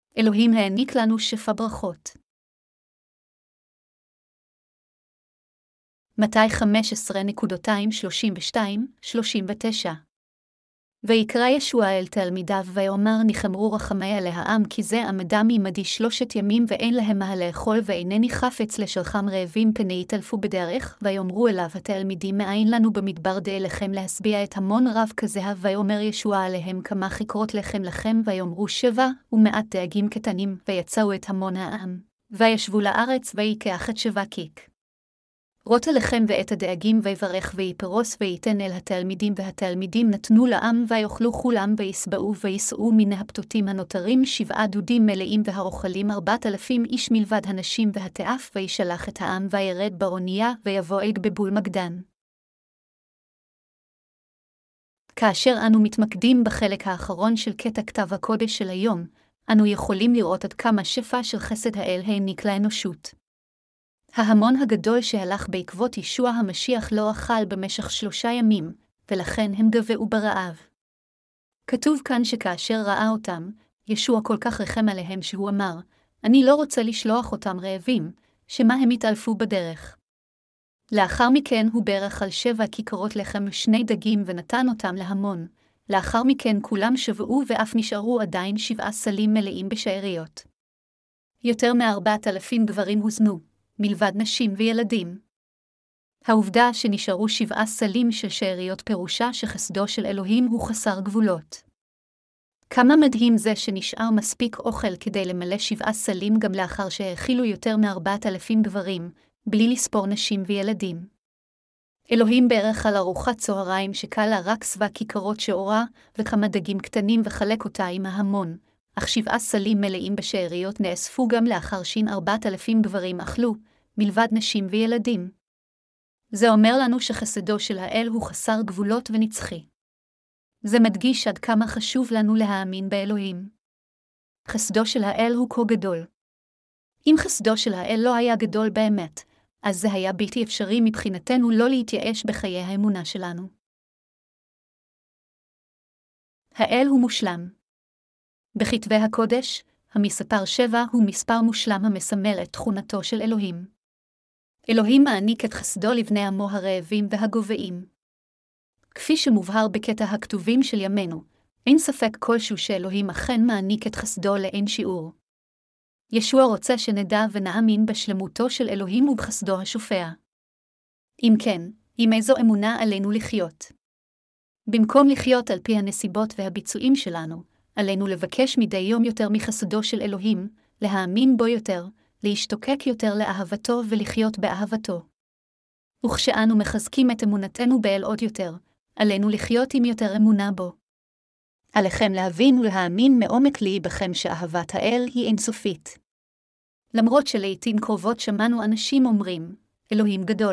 אלוהים העניק לנו שפע ברכות. מתי 15:32-39 ויקרא ישוע אל תלמידיו ויאמר נחמרו רחמי עלי העם כי זה עמדם עמדי 3 ימים ואין להם מה לאכול ואינני חפץ לשלחם רעבים פני יטלפו בדרך ויאמרו אליו התלמידים מאין לנו במדבר דה אליכם להשביע את המון רב כזהב ויאמר ישוע עליהם כמה כיכרות לחם לכם ויאמרו 7 ומעט דגים קטנים ויצאו את המון העם וישבו לארץ ויקח את 7 כיק. רוט עליכם ואת הדאגים ויברך ויפרוס וייתן אל התלמידים והתלמידים נתנו לעם ויאכלו כולם ויסבעו וייסעו מן הפתותים הנותרים 7 דודים מלאים והאוכלים 4,000 איש מלבד הנשים והתאף וישלח את העם וירד באונייה ויבוא עד בבול מגדן. כאשר אנו מתמקדים בחלק האחרון של קטע כתב הקודש של היום, אנו יכולים לראות עד כמה שפע של חסד האל העניק לאנושות. ההמון הגדול שהלך בעקבות ישוע המשיח לא אכל במשך 3 ימים, ולכן הם גוועו ברעב. כתוב כאן שכאשר ראה אותם, ישוע כל כך רחם עליהם שהוא אמר, אני לא רוצה לשלוח אותם רעבים, שמה הם יתעלפו בדרך. לאחר מכן הוא ברך על 7 כיכרות לחם ו2 דגים ונתן אותם להמון. לאחר מכן כולם שבעו ואף נשארו עדיין 7 סלים מלאים בשאריות. יותר מ4,000 גברים הוזנו, מלבד נשים וילדים. העובדה שנשארו 7 סלים של שאריות פירושה שחסדו של אלוהים הוא חסר גבולות. כמה מדהים זה שנשאר מספיק אוכל כדי למלא 7 סלים גם לאחר שהאכילו יותר מ4,000 גברים, בלי לספור נשים וילדים. אלוהים ברך על ארוחת צהריים שקלה רק 7 כיכרות שעורה וכמה דגים קטנים וחלק אותה עם ההמון, אך 7 סלים מלאים בשאריות נאספו גם לאחר 4,000 גברים אכלו, מלבד נשים וילדים. זה אומר לנו שחסדו של האל הוא חסר גבולות ונצחי. זה מדגיש עד כמה חשוב לנו להאמין באלוהים. חסדו של האל הוא כה גדול. אם חסדו של האל לא היה גדול באמת, אז זה היה בלתי אפשרי מבחינתנו לא להתייאש בחיי האמונה שלנו. האל הוא מושלם. בכתבי הקודש, המספר 7 הוא מספר מושלם המסמל את תכונתו של אלוהים. אלוהים מעניק את חסדו לבני עמו הרעבים והגובעים. כפי שמובהר בקטע הכתובים של ימינו, אין ספק כלשהו שאלוהים אכן מעניק את חסדו לאין שיעור. ישוע רוצה שנדע ונאמין בשלמותו של אלוהים ובחסדו השופע. אם כן, עם איזו אמונה עלינו לחיות? במקום לחיות על פי הנסיבות והביצועים שלנו, עלינו לבקש מדי יום יותר מחסדו של אלוהים, להאמין בו יותר, להשתוקק יותר לאהבתו ולחיות באהבתו. וכשאנו מחזקים את אמונתנו באל עוד יותר, עלינו לחיות עם יותר אמונה בו. עליכם להבין ולהאמין מעומק ליבכם שאהבת האל היא אינסופית. למרות שלעיתים קרובות שמענו אנשים אומרים, אלוהים גדול.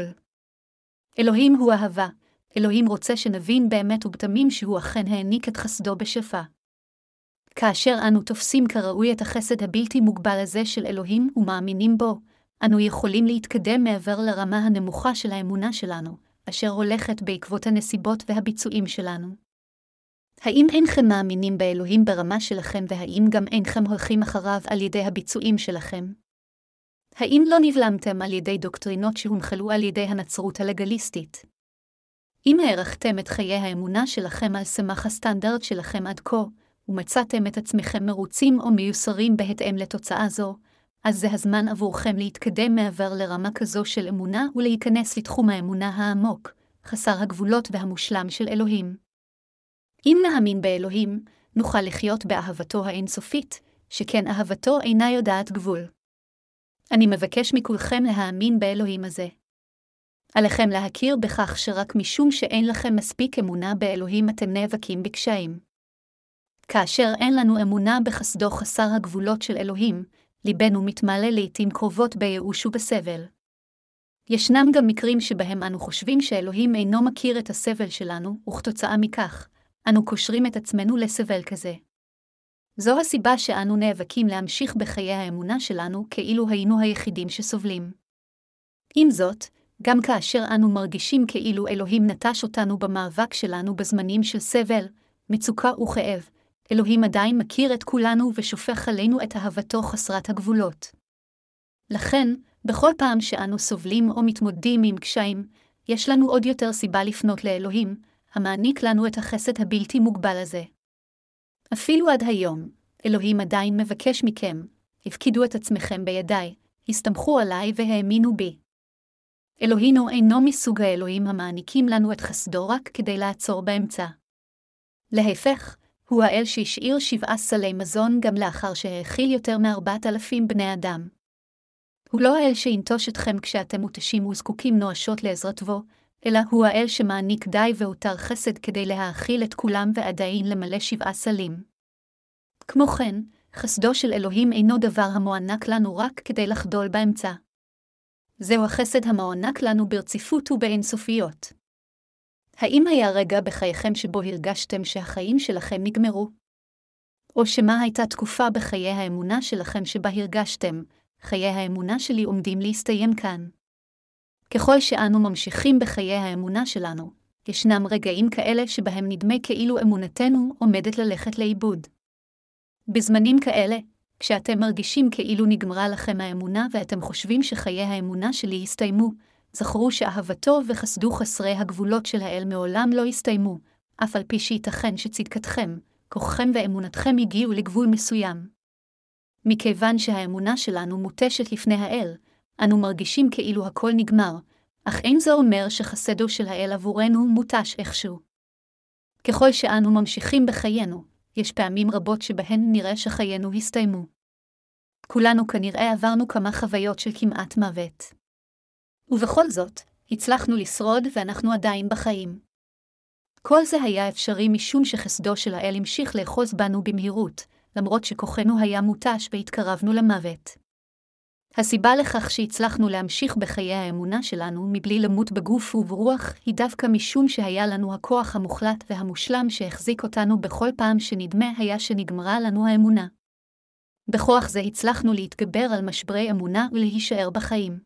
אלוהים הוא אהבה, אלוהים רוצה שנבין באמת ובתמים שהוא אכן העניק את חסדו בשפע. כאשר אנו תופסים כראוי את החסד הבלתי מוגבל הזה של אלוהים ומאמינים בו, אנו יכולים להתקדם מעבר לרמה הנמוכה של האמונה שלנו, אשר הולכת בעקבות הנסיבות והביצועים שלנו. האם אינכם מאמינים באלוהים ברמה שלכם והאם גם אינכם הולכים אחריו על ידי הביצועים שלכם? האם לא נבלמתם על ידי דוקטרינות שהונחלו על ידי הנצרות הלגליסטית? אם הערכתם את חיי האמונה שלכם על סמך הסטנדרט שלכם עד כה, ומצאתם את עצמכם מרוצים או מיוסרים בהתאם לתוצאה זו, אז זה הזמן עבורכם להתקדם מעבר לרמה כזו של אמונה ולהיכנס לתחום האמונה העמוק, חסר הגבולות והמושלם של אלוהים. אם נאמין באלוהים, נוכל לחיות באהבתו האינסופית, שכן אהבתו אינה יודעת גבול. אני מבקש מכולכם להאמין באלוהים הזה. עליכם להכיר בכך שרק משום שאין לכם מספיק אמונה באלוהים אתם נאבקים בקשיים. כאשר אין לנו אמונה בחסדו חסר הגבולות של אלוהים, ליבנו מתמלא לעתים קרובות בייאוש ובסבל. ישנם גם מקרים שבהם אנו חושבים שאלוהים אינו מכיר את הסבל שלנו, וכתוצאה מכך, אנו קושרים את עצמנו לסבל כזה. זו הסיבה שאנו נאבקים להמשיך בחיי האמונה שלנו כאילו היינו היחידים שסובלים. עם זאת, גם כאשר אנו מרגישים כאילו אלוהים נטש אותנו במאבק שלנו בזמנים של סבל, מצוקה וכאב, אלוהים עדיין מכיר את כולנו ושופך עלינו את אהבתו חסרת הגבולות. לכן, בכל פעם שאנו סובלים או מתמודדים עם קשיים, יש לנו עוד יותר סיבה לפנות לאלוהים, המעניק לנו את החסד הבלתי מוגבל הזה. אפילו עד היום, אלוהים עדיין מבקש מכם, הפקידו את עצמכם בידיי, הסתמכו עליי והאמינו בי. אלוהינו אינו מסוג האלוהים המעניקים לנו את חסדו רק כדי לעצור באמצע. להפך, הוא האל שהשאיר 7 סלי מזון גם לאחר שהאכיל יותר מ4,000 בני אדם. הוא לא האל שינטוש אתכם כשאתם מותשים וזקוקים נואשות לעזרתו, אלא הוא האל שמעניק די והותר חסד כדי להאכיל את כולם ועדיין למלא 7 סלים. כמו כן, חסדו של אלוהים אינו דבר המוענק לנו רק כדי לחדול באמצע. זהו החסד המוענק לנו ברציפות ובאינסופיות. האם היה רגע בחייכם שבו הרגשתם שהחיים שלכם נגמרו? או שמה הייתה תקופה בחיי האמונה שלכם שבה הרגשתם, חיי האמונה שלי עומדים להסתיים כאן? ככל שאנו ממשיכים בחיי האמונה שלנו, ישנם רגעים כאלה שבהם נדמה כאילו אמונתנו עומדת ללכת לאיבוד. בזמנים כאלה, כשאתם מרגישים כאילו נגמרה לכם האמונה ואתם חושבים שחיי האמונה שלי הסתיימו, זכרו שאהבתו וחסדו חסרי הגבולות של האל מעולם לא הסתיימו, אף על פי שייתכן שצדקתכם, כוחכם ואמונתכם הגיעו לגבול מסוים. מכיוון שהאמונה שלנו מוטשת לפני האל, אנו מרגישים כאילו הכל נגמר, אך אין זה אומר שחסדו של האל עבורנו מוטש איכשהו. ככל שאנו ממשיכים בחיינו, יש פעמים רבות שבהן נראה שחיינו הסתיימו. כולנו כנראה עברנו כמה חוויות של כמעט מוות. ובכל זאת, הצלחנו לשרוד ואנחנו עדיין בחיים. כל זה היה אפשרי משום שחסדו של האל המשיך לאחוז בנו במהירות, למרות שכוחנו היה מוטש והתקרבנו למוות. הסיבה לכך שהצלחנו להמשיך בחיי האמונה שלנו מבלי למות בגוף וברוח היא דווקא משום שהיה לנו הכוח המוחלט והמושלם שהחזיק אותנו בכל פעם שנדמה היה שנגמרה לנו האמונה. בכוח זה הצלחנו להתגבר על משברי אמונה ולהישאר בחיים.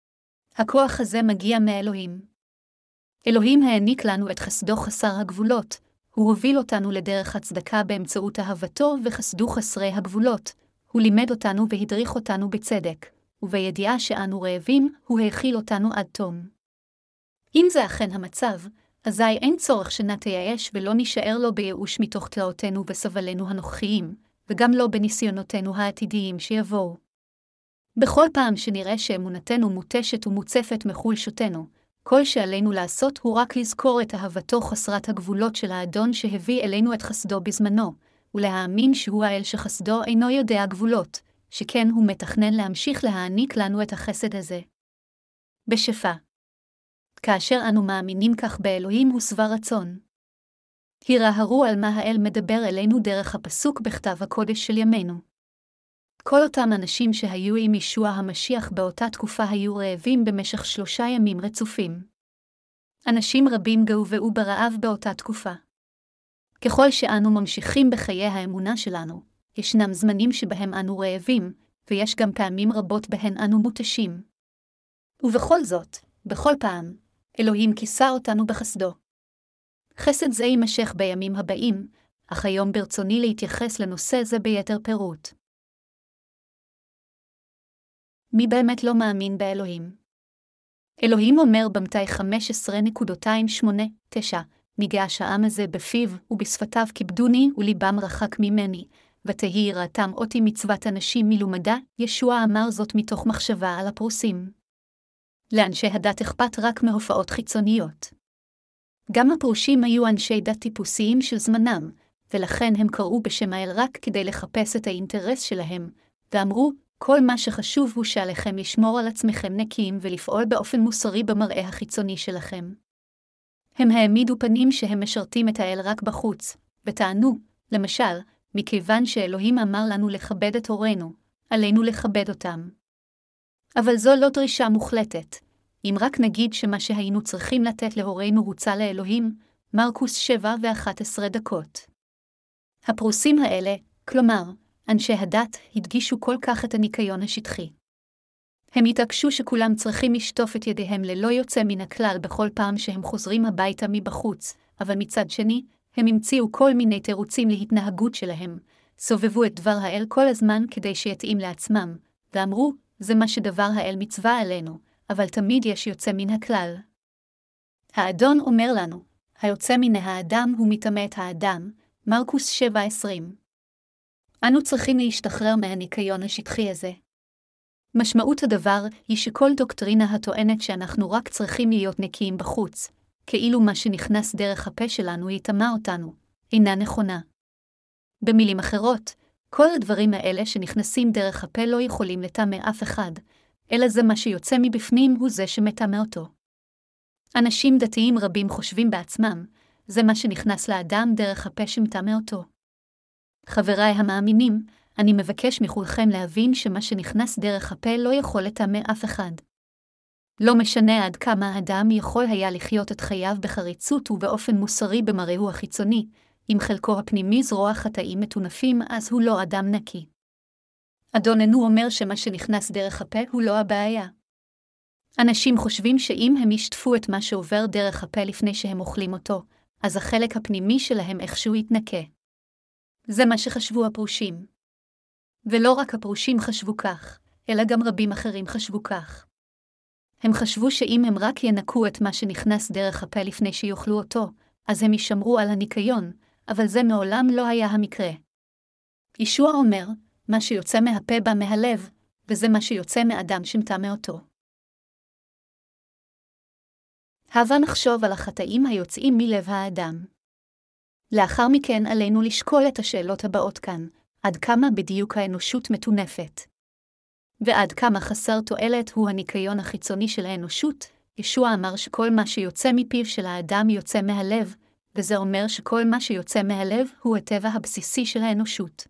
הכוח הזה מגיע מאלוהים. אלוהים העניק לנו את חסדו חסר הגבולות, הוא הוביל אותנו לדרך הצדקה באמצעות אהבתו וחסדו חסרי הגבולות, הוא לימד אותנו והדריך אותנו בצדק, ובידיעה שאנו רעבים, הוא האכיל אותנו עד תום. אם זה אכן המצב, אזי אין צורך שנתייאש ולא נשאר לו בייאוש מתוך תלאותינו וסבלנו הנוכחיים, וגם לא בניסיונותינו העתידיים שיבואו. בכל פעם שנראה שאמונתנו מוטשת ומוצפת מחולשותנו, כל שעלינו לעשות הוא רק לזכור את אהבתו חסרת הגבולות של האדון שהביא אלינו את חסדו בזמנו, ולהאמין שהוא האל שחסדו אינו יודע גבולות, שכן הוא מתכנן להמשיך להעניק לנו את החסד הזה. בשפע. כאשר אנו מאמינים כך באלוהים הוא שבע רצון. הרהרו על מה האל מדבר אלינו דרך הפסוק בכתב הקודש של ימינו. כל אותם אנשים שהיו עם ישוע המשיח באותה תקופה היו רעבים במשך 3 ימים רצופים. אנשים רבים גאובו ברעב באותה תקופה. ככל שאנו ממשיכים בחיי האמונה שלנו, ישנם זמנים שבהם אנו רעבים, ויש גם פעמים רבות בהן אנו מותשים. ובכל זאת, בכל פעם, אלוהים כיסה אותנו בחסדו. חסד זה יימשך בימים הבאים, אך היום ברצוני להתייחס לנושא זה ביתר פירוט. מי באמת לא מאמין באלוהים? אלוהים אומר במתי 15.289, ניגש העם הזה בפיו ובשפתיו כיבדוני וליבם רחק ממני, ותהי יראתם אותי מצוות אנשים מלומדה, ישוע אמר זאת מתוך מחשבה על הפרוסים. לאנשי הדת אכפת רק מהופעות חיצוניות. גם הפרושים היו אנשי דת טיפוסיים של זמנם, ולכן הם קראו בשם האל רק כדי לחפש את האינטרס שלהם, ואמרו, כל מה שחשוב הוא שעליכם לשמור על עצמכם נקיים ולפעול באופן מוסרי במראה החיצוני שלכם. הם העמידו פנים שהם משרתים את האל רק בחוץ, וטענו, למשל, מכיוון שאלוהים אמר לנו לכבד את הורינו, עלינו לכבד אותם. אבל זו לא דרישה מוחלטת. אם רק נגיד שמה שהיינו צריכים לתת להורינו הוצע לאלוהים, מרקוס 7:11. הפרוסים האלה, כלומר, אנשי הדת, הדגישו כל כך את הניקיון השטחי. הם התעקשו שכולם צריכים לשטוף את ידיהם ללא יוצא מן הכלל בכל פעם שהם חוזרים הביתה מבחוץ, אבל מצד שני, הם המציאו כל מיני תירוצים להתנהגות שלהם, סובבו את דבר האל כל הזמן כדי שיתאים לעצמם, ואמרו, זה מה שדבר האל מצווה עלינו, אבל תמיד יש יוצא מן הכלל. האדון אומר לנו, היוצא מן האדם הוא מטמא את האדם, מרקוס 7:20. אנו צריכים להשתחרר מהניקיון השטחי הזה. משמעות הדבר היא שכל דוקטרינה הטוענת שאנחנו רק צריכים להיות נקיים בחוץ, כאילו מה שנכנס דרך הפה שלנו יטמא אותנו, אינה נכונה. במילים אחרות, כל הדברים האלה שנכנסים דרך הפה לא יכולים לטמא אף אחד, אלא זה מה שיוצא מבפנים הוא זה שמטמא אותו. אנשים דתיים רבים חושבים בעצמם, זה מה שנכנס לאדם דרך הפה שמטמא אותו. חבריי המאמינים, אני מבקש מכולכם להבין שמה שנכנס דרך הפה לא יכול לטמא אף אחד. לא משנה עד כמה האדם יכול היה לחיות את חייו בחריצות ובאופן מוסרי במראהו החיצוני, אם חלקו הפנימי זרוע חטאים מטונפים, אז הוא לא אדם נקי. אדוננו אומר שמה שנכנס דרך הפה הוא לא הבעיה. אנשים חושבים שאם הם ישטפו את מה שעובר דרך הפה לפני שהם אוכלים אותו, אז החלק הפנימי שלהם איכשהו יתנקה. זה מה שחשבו הפרושים. ולא רק הפרושים חשבו כך, אלא גם רבים אחרים חשבו כך. הם חשבו שאם הם רק ינקו את מה שנכנס דרך הפה לפני שיאכלו אותו, אז הם ישמרו על הניקיון, אבל זה מעולם לא היה המקרה. ישוע אומר, מה שיוצא מהפה בא מהלב, וזה מה שיוצא מאדם שמטמא אותו. הבה נחשוב על החטאים היוצאים מלב האדם. לאחר מכן עלינו לשקול את השאלות הבאות כאן, עד כמה בדיוק האנושות מטונפת. ועד כמה חסר תועלת הוא הניקיון החיצוני של האנושות. ישוע אמר שכל מה שיוצא מפיו של האדם יוצא מהלב, וזה אומר שכל מה שיוצא מהלב הוא הטבע הבסיסי של האנושות.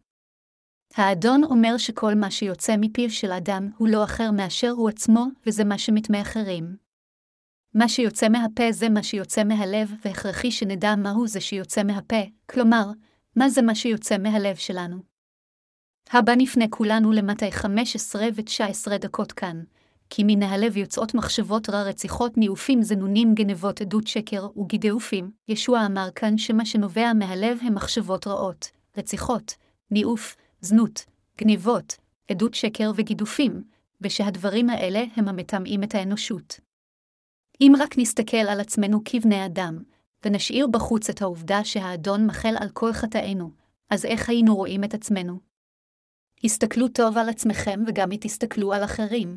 האדון אומר שכל מה שיוצא מפיו של אדם הוא לא אחר מאשר הוא עצמו, וזה מה שמטמא אחרים. מה שיוצא מהפה זה מה שיוצא מהלב, והכרחי שנדע מהו זה שיוצא מהפה, כלומר, מה זה מה שיוצא מהלב שלנו. הבא נפנה כולנו למתי 15 ו-19 דקות כאן, כי מן הלב יוצאות מחשבות רע, רציחות, ניאופים, זנונים, גנבות, עדות שקר וגידופים. ישוע אמר כאן שמה שנובע מהלב הם מחשבות רעות, רציחות, ניאוף, זנות, גנבות, עדות שקר וגידופים, ושהדברים האלה הם המטמאים את האנושות. אם רק נסתכל על עצמנו כבני אדם, ונשאיר בחוץ את העובדה שהאדון מחל על כל חטאינו, אז איך היינו רואים את עצמנו? הסתכלו טוב על עצמכם וגם תסתכלו על אחרים.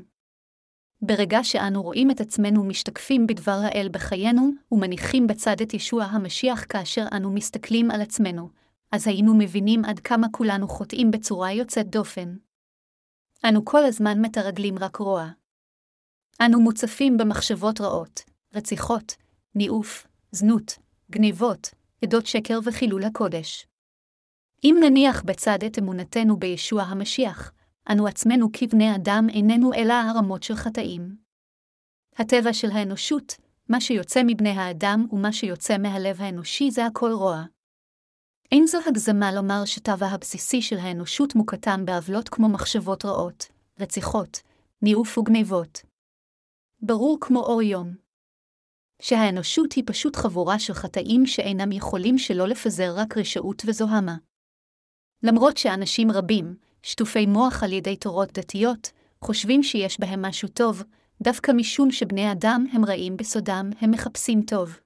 ברגע שאנו רואים את עצמנו משתקפים בדבר האל בחיינו, ומניחים בצד את ישוע המשיח כאשר אנו מסתכלים על עצמנו, אז היינו מבינים עד כמה כולנו חוטאים בצורה יוצאת דופן. אנו כל הזמן מתרגלים רק רוע. אנו מוצפים במחשבות רעות, רציחות, ניאוף, זנות, גניבות, עדות שקר וחילול הקודש. אם נניח בצד את אמונתנו בישוע המשיח, אנו עצמנו כבני אדם איננו אלא הרמות של חטאים. הטבע של האנושות, מה שיוצא מבני האדם ומה שיוצא מהלב האנושי זה הכל רוע. אין זו הגזמה לומר שטבע הבסיסי של האנושות מוקטם בעוולות כמו מחשבות רעות, רציחות, ניאוף וגניבות. ברור כמו אור יום. שהאנושות היא פשוט חבורה של חטאים שאינם יכולים שלא לפזר רק רשעות וזוהמה. למרות שאנשים רבים, שטופי מוח על ידי תורות דתיות, חושבים שיש בהם משהו טוב, דווקא משום שבני אדם הם רעים בסודם, הם מחפשים טוב.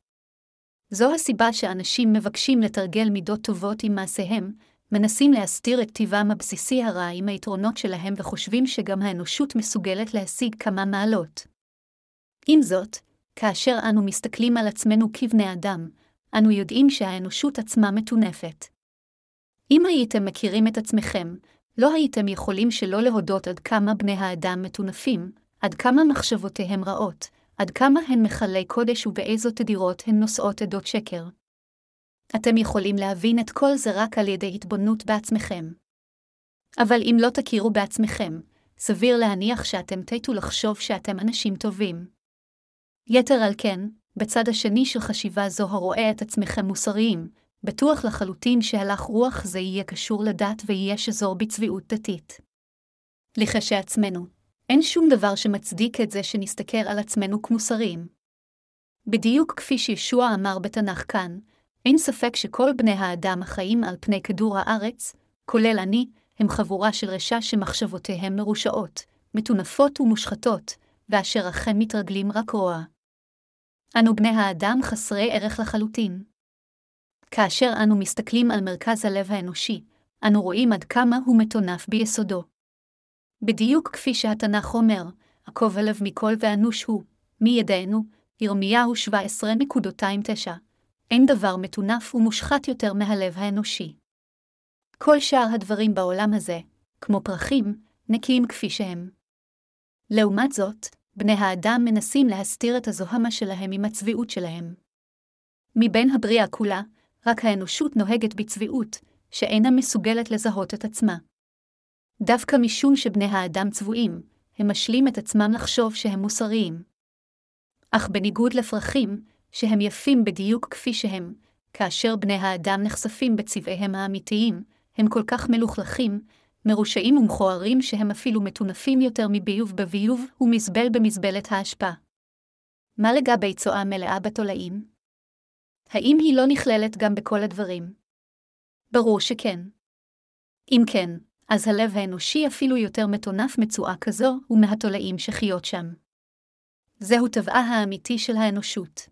זו הסיבה שאנשים מבקשים לתרגל מידות טובות עם מעשיהם, מנסים להסתיר את טבעם הבסיסי הרע עם היתרונות שלהם וחושבים שגם האנושות מסוגלת להשיג כמה מעלות. עם זאת, כאשר אנו מסתכלים על עצמנו כבני אדם, אנו יודעים שהאנושות עצמה מטונפת. אם הייתם מכירים את עצמכם, לא הייתם יכולים שלא להודות עד כמה בני האדם מטונפים, עד כמה מחשבותיהם רעות, עד כמה הן מחלי קודש ובאיזו תדירות הן נושאות עדות שקר. אתם יכולים להבין את כל זה רק על ידי התבוננות בעצמכם. אבל אם לא תכירו בעצמכם, סביר להניח שאתם תטו לחשוב שאתם אנשים טובים. יתר על כן, בצד השני של חשיבה זו הרואה את עצמכם מוסריים, בטוח לחלוטין שהלך רוח זה יהיה קשור לדת ויהיה שזור בצביעות דתית. לכשעצמנו, אין שום דבר שמצדיק את זה שנסתכל על עצמנו כמוסריים. בדיוק כפי שישוע אמר בתנ"ך כאן, אין ספק שכל בני האדם החיים על פני כדור הארץ, כולל אני, הם חבורה של רשע שמחשבותיהם מרושעות, מטונפות ומושחתות, ואשר אכן מתרגלים רק רוע. אנו בני האדם חסרי ערך לחלוטין. כאשר אנו מסתכלים על מרכז הלב האנושי, אנו רואים עד כמה הוא מטונף ביסודו. בדיוק כפי שהתנ"ך אומר, עקוב הלב מכל ואנוש הוא, מי ידענו, ירמיהו 17:9, אין דבר מטונף ומושחת יותר מהלב האנושי. כל שאר הדברים בעולם הזה, כמו פרחים, נקיים כפי שהם. לעומת זאת, בני האדם מנסים להסתיר את הזוהמה שלהם עם הצביעות שלהם. מבין הבריאה כולה, רק האנושות נוהגת בצביעות, שאינה מסוגלת לזהות את עצמה. דווקא משום שבני האדם צבועים, הם משלים את עצמם לחשוב שהם מוסריים. אך בניגוד לפרחים, שהם יפים בדיוק כפי שהם, כאשר בני האדם נחשפים בצבעיהם האמיתיים, הם כל כך מלוכלכים, מרושעים ומכוערים שהם אפילו מטונפים יותר מביוב בביוב ומזבל במזבלת האשפה. מה לגבי צואה מלאה בתולעים? האם היא לא נכללת גם בכל הדברים? ברור שכן. אם כן, אז הלב האנושי אפילו יותר מטונף מצואה כזו ומהתולעים שחיות שם. זהו טבעה האמיתי של האנושות.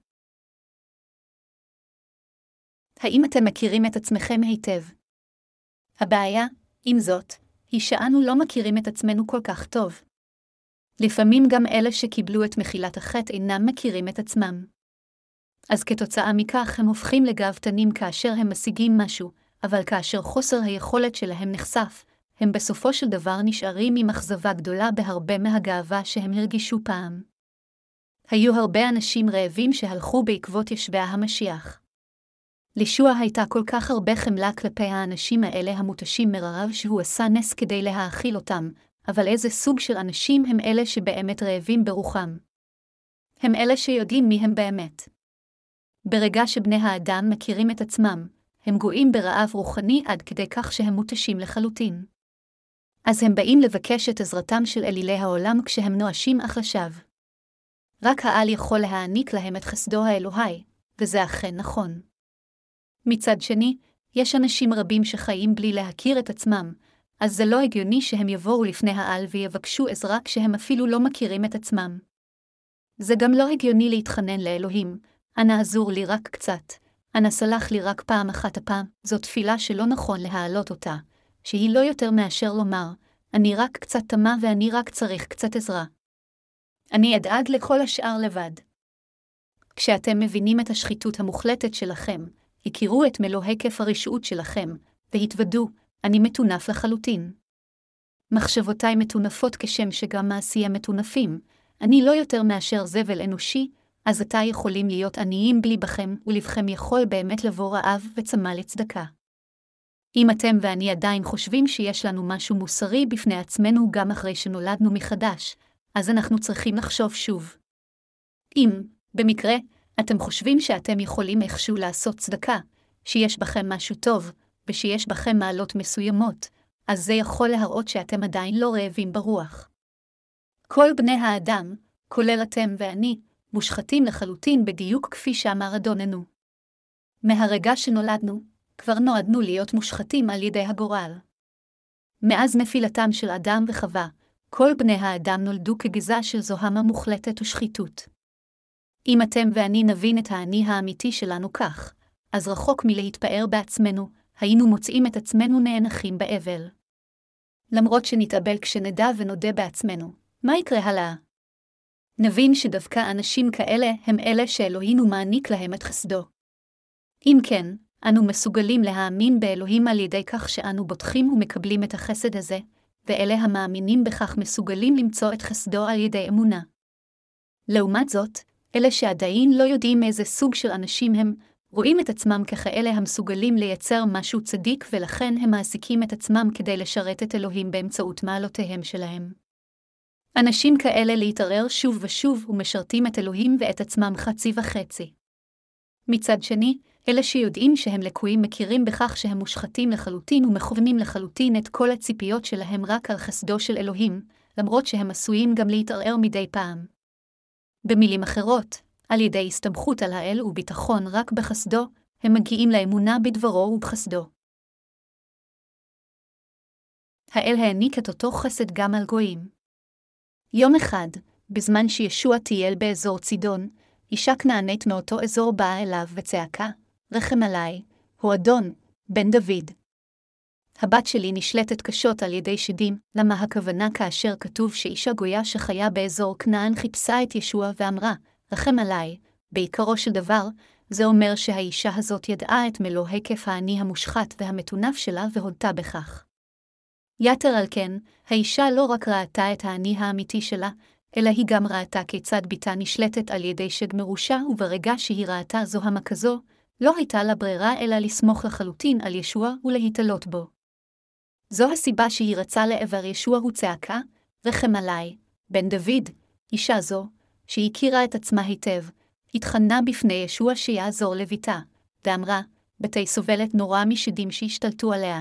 האם אתם מכירים את עצמכם היטב? הבעיה, עם זאת, היא שאנו לא מכירים את עצמנו כל כך טוב. לפעמים גם אלה שקיבלו את מחילת החטא אינם מכירים את עצמם. אז כתוצאה מכך הם הופכים לגאוותנים כאשר הם משיגים משהו, אבל כאשר חוסר היכולת שלהם נחשף, הם בסופו של דבר נשארים עם אכזבה גדולה בהרבה מהגאווה שהם הרגישו פעם. היו הרבה אנשים רעבים שהלכו בעקבות ישוע המשיח. לישוע הייתה כל כך הרבה חמלה כלפי האנשים האלה המותשים מרעב שהוא עשה נס כדי להאכיל אותם, אבל איזה סוג של אנשים הם אלה שבאמת רעבים ברוחם? הם אלה שיודעים מי הם באמת. ברגע שבני האדם מכירים את עצמם, הם גועים ברעב רוחני עד כדי כך שהם מותשים לחלוטין. אז הם באים לבקש את עזרתם של אלילי העולם כשהם נואשים אך לשווא. רק העל יכול להעניק להם את חסדו האלוהי, וזה אכן נכון. מצד שני, יש אנשים רבים שחיים בלי להכיר את עצמם, אז זה לא הגיוני שהם יבואו לפני העל ויבקשו עזרה כשהם אפילו לא מכירים את עצמם. זה גם לא הגיוני להתחנן לאלוהים, אנא עזור לי רק קצת, אנא סלח לי רק פעם אחת הפעם, זו תפילה שלא נכון להעלות אותה, שהיא לא יותר מאשר לומר, אני רק קצת תמה ואני רק צריך קצת עזרה. אני אדאג לכל השאר לבד. כשאתם מבינים את השחיתות המוחלטת שלכם, הכירו את מלוא היקף הרשעות שלכם, והתוודו, אני מטונף לחלוטין. מחשבותיי מטונפות כשם שגם מעשייה מטונפים, אני לא יותר מאשר זבל אנושי, אז עתה יכולים להיות עניים בלי בכם, ולבכם יכול באמת לבוא רעב וצמא לצדקה. אם אתם ואני עדיין חושבים שיש לנו משהו מוסרי בפני עצמנו גם אחרי שנולדנו מחדש, אז אנחנו צריכים לחשוב שוב. אם, במקרה, אתם חושבים שאתם יכולים איכשהו לעשות צדקה, שיש בכם משהו טוב, ושיש בכם מעלות מסוימות, אז זה יכול להראות שאתם עדיין לא רעבים ברוח. כל בני האדם, כולל אתם ואני, מושחתים לחלוטין בדיוק כפי שאמר אדוננו. מהרגע שנולדנו, כבר נועדנו להיות מושחתים על ידי הגורל. מאז נפילתם של אדם וחווה, כל בני האדם נולדו כגזע של זוהמה מוחלטת ושחיתות. אם אתם ואני נבין את האני האמיתי שלנו כך, אז רחוק מלהתפאר בעצמנו, היינו מוצאים את עצמנו נאנחים באבל. למרות שנתאבל כשנדע ונודה בעצמנו, מה יקרה הלאה? נבין שדווקא אנשים כאלה הם אלה שאלוהינו מעניק להם את חסדו. אם כן, אנו מסוגלים להאמין באלוהים על ידי כך שאנו בוטחים ומקבלים את החסד הזה, ואלה המאמינים בכך מסוגלים למצוא את חסדו על ידי אמונה. לעומת זאת, אלה שעדיין לא יודעים איזה סוג של אנשים הם, רואים את עצמם ככאלה המסוגלים לייצר משהו צדיק ולכן הם מעסיקים את עצמם כדי לשרת את אלוהים באמצעות מעלותיהם שלהם. אנשים כאלה להתערער שוב ושוב ומשרתים את אלוהים ואת עצמם חצי וחצי. מצד שני, אלה שיודעים שהם לקויים מכירים בכך שהם מושחתים לחלוטין ומכוונים לחלוטין את כל הציפיות שלהם רק על חסדו של אלוהים, למרות שהם עשויים גם להתערער מדי פעם. במילים אחרות, על ידי הסתמכות על האל וביטחון רק בחסדו, הם מגיעים לאמונה בדברו ובחסדו. האל העניק את אותו חסד גם על גויים. יום אחד, בזמן שישוע טייל באזור צידון, אישה כנענית מאותו אזור באה אליו וצעקה, רחם עליי, הוא אדון, בן דוד. הבת שלי נשלטת קשות על ידי שדים, למה הכוונה כאשר כתוב שאישה גויה שחיה באזור כנען חיפשה את ישוע ואמרה, רחם עליי, בעיקרו של דבר, זה אומר שהאישה הזאת ידעה את מלוא היקף העני המושחת והמטונף שלה והודתה בכך. יתר על כן, האישה לא רק ראתה את העני האמיתי שלה, אלא היא גם ראתה כיצד ביתה נשלטת על ידי שד מרושע, וברגע שהיא ראתה זוהמה כזו, לא הייתה לה ברירה אלא לסמוך לחלוטין על ישוע ולהתעלות בו. זו הסיבה שהיא רצה לעבר ישוע וצעקה, רחם עליי, בן דוד. אישה זו, שהכירה את עצמה היטב, התחננה בפני ישוע שיעזור לביתה, ואמרה, בתי סובלת נורא משדים שהשתלטו עליה.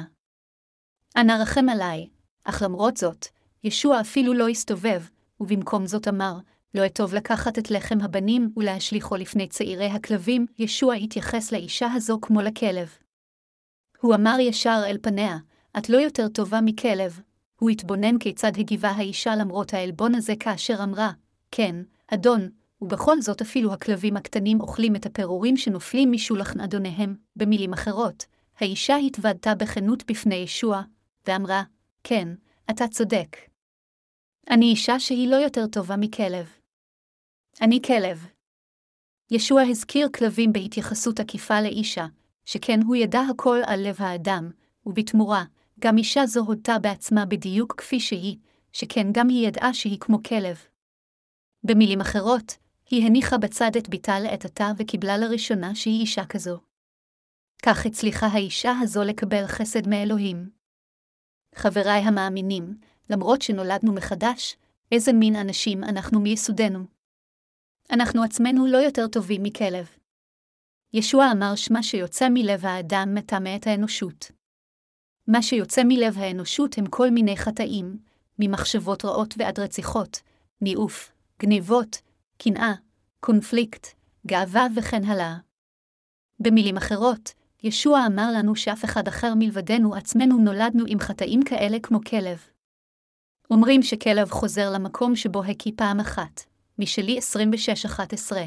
אנא רחם עליי, אך למרות זאת, ישוע אפילו לא הסתובב, ובמקום זאת אמר, לא אטוב לקחת את לחם הבנים ולהשליחו לפני צעירי הכלבים. ישוע התייחס לאישה הזו כמו לכלב. הוא אמר ישר אל פניה, את לא יותר טובה מכלב. הוא התבונן כיצד הגיבה האישה למרות העלבון הזה כאשר אמרה, כן, אדון, ובכל זאת אפילו הכלבים הקטנים אוכלים את הפירורים שנופלים משולחן אדוניהם. במילים אחרות, האישה התוודתה בכנות בפני ישוע, ואמרה, כן, אתה צודק. אני אישה שהיא לא יותר טובה מכלב. אני כלב. ישוע הזכיר כלבים בהתייחסות עקיפה לאישה, שכן הוא ידע הכל על לב האדם, ובתמורה, גם אישה זו הודתה בעצמה בדיוק כפי שהיא, שכן גם היא ידעה שהיא כמו כלב. במילים אחרות, היא הניחה בצד את ביתה לעת עתה וקיבלה לראשונה שהיא אישה כזו. כך הצליחה האישה הזו לקבל חסד מאלוהים. חבריי המאמינים, למרות שנולדנו מחדש, איזה מין אנשים אנחנו מיסודנו. אנחנו עצמנו לא יותר טובים מכלב. ישוע אמר שמה שיוצא מלב האדם מטמא את האנושות. מה שיוצא מלב האנושות הם כל מיני חטאים, ממחשבות רעות ועד רציחות, ניאוף, גניבות, קנאה, קונפליקט, גאווה וכן הלאה. במילים אחרות, ישוע אמר לנו שאף אחד אחר מלבדנו עצמנו נולדנו עם חטאים כאלה כמו כלב. אומרים שכלב חוזר למקום שבו הקיא פעם אחת, משלי 26:11.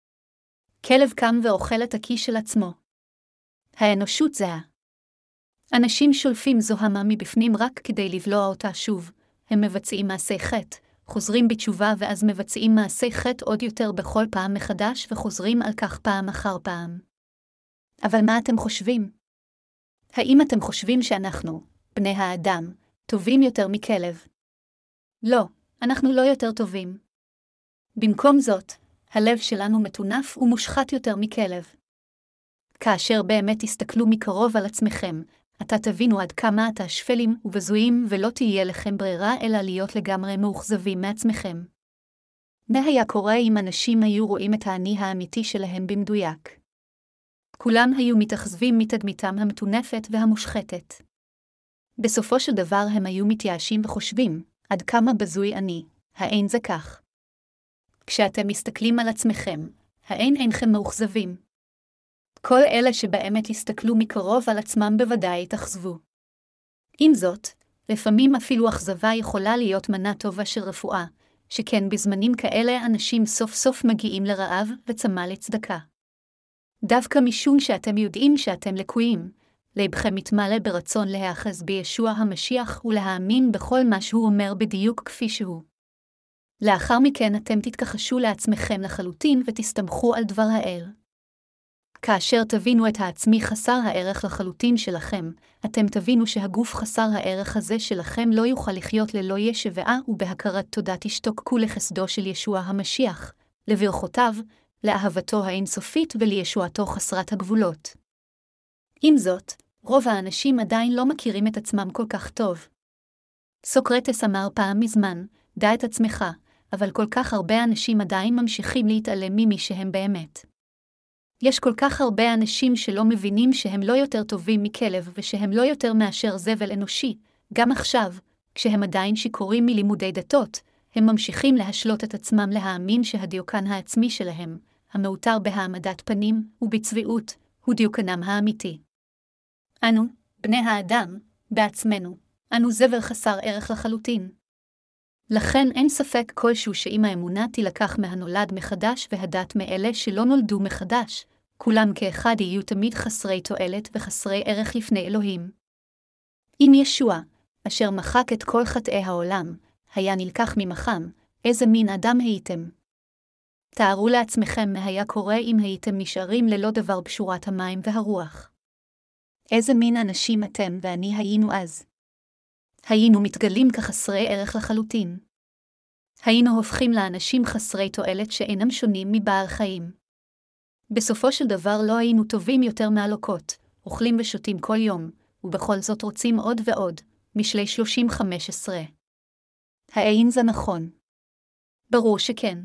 כלב קם ואוכל את הקיא של עצמו. האנושות זהה. אנשים שולפים זוהמה מבפנים רק כדי לבלוע אותה שוב, הם מבצעים מעשי חטא, חוזרים בתשובה ואז מבצעים מעשי חטא עוד יותר בכל פעם מחדש וחוזרים על כך פעם אחר פעם. אבל מה אתם חושבים? האם אתם חושבים שאנחנו, בני האדם, טובים יותר מכלב? לא, אנחנו לא יותר טובים. במקום זאת, הלב שלנו מטונף ומושחת יותר מכלב. כאשר באמת תסתכלו מקרוב על עצמכם, אתה תבינו עד כמה אתה שפלים ובזויים ולא תהיה לכם ברירה אלא להיות לגמרי מאוכזבים מעצמכם. מה היה קורה אם אנשים היו רואים את האני האמיתי שלהם במדויק? כולם היו מתאכזבים מתדמיתם המטונפת והמושחתת. בסופו של דבר הם היו מתייאשים וחושבים, עד כמה בזוי אני, האין זה כך. כשאתם מסתכלים על עצמכם, האין אינכם מאוכזבים. כל אלה שבאמת הסתכלו מקרוב על עצמם בוודאי התאכזבו. עם זאת, לפעמים אפילו אכזבה יכולה להיות מנה טובה של רפואה, שכן בזמנים כאלה אנשים סוף סוף מגיעים לרעב וצמא לצדקה. דווקא משום שאתם יודעים שאתם לקויים, לבכם מתמלא ברצון להיאחז בישוע המשיח ולהאמין בכל מה שהוא אומר בדיוק כפי שהוא. לאחר מכן אתם תתכחשו לעצמכם לחלוטין ותסתמכו על דבר האל. כאשר תבינו את העצמי חסר הערך לחלוטין שלכם, אתם תבינו שהגוף חסר הערך הזה שלכם לא יוכל לחיות ללא ישבעה ובהכרת תודה תשתוקקו לחסדו של ישוע המשיח, לברכותיו, לאהבתו האינסופית ולישועתו חסרת הגבולות. עם זאת, רוב האנשים עדיין לא מכירים את עצמם כל כך טוב. סוקרטס אמר פעם מזמן, דע את עצמך, אבל כל כך הרבה אנשים עדיין ממשיכים להתעלם ממי שהם באמת. יש כל כך הרבה אנשים שלא מבינים שהם לא יותר טובים מכלב ושהם לא יותר מאשר זבל אנושי. גם עכשיו, כשהם עדיין שיכורים מלימודי דתות, הם ממשיכים להשלות את עצמם להאמין שהדיוקן העצמי שלהם, המעוטר בהעמדת פנים ובצביעות, הוא דיוקנם האמיתי. אנו, בני האדם, בעצמנו, אנו זבל חסר ערך לחלוטין. לכן אין ספק כלשהו שאם האמונה תילקח מהנולד מחדש והדת מאלה שלא נולדו מחדש, כולם כאחד יהיו תמיד חסרי תועלת וחסרי ערך לפני אלוהים. אם ישוע, אשר מחק את כל חטאי העולם, היה נלקח ממכם, איזה מין אדם הייתם? תארו לעצמכם מה היה קורה אם הייתם נשארים ללא דבר בשורת המים והרוח. איזה מין אנשים אתם ואני היינו אז? היינו מתגלים כחסרי ערך לחלוטין. היינו הופכים לאנשים חסרי תועלת שאינם שונים מבעל חיים. בסופו של דבר לא היינו טובים יותר מהלוקות, אוכלים ושותים כל יום, ובכל זאת רוצים עוד ועוד, משלי 30:15. האין זה נכון? ברור שכן.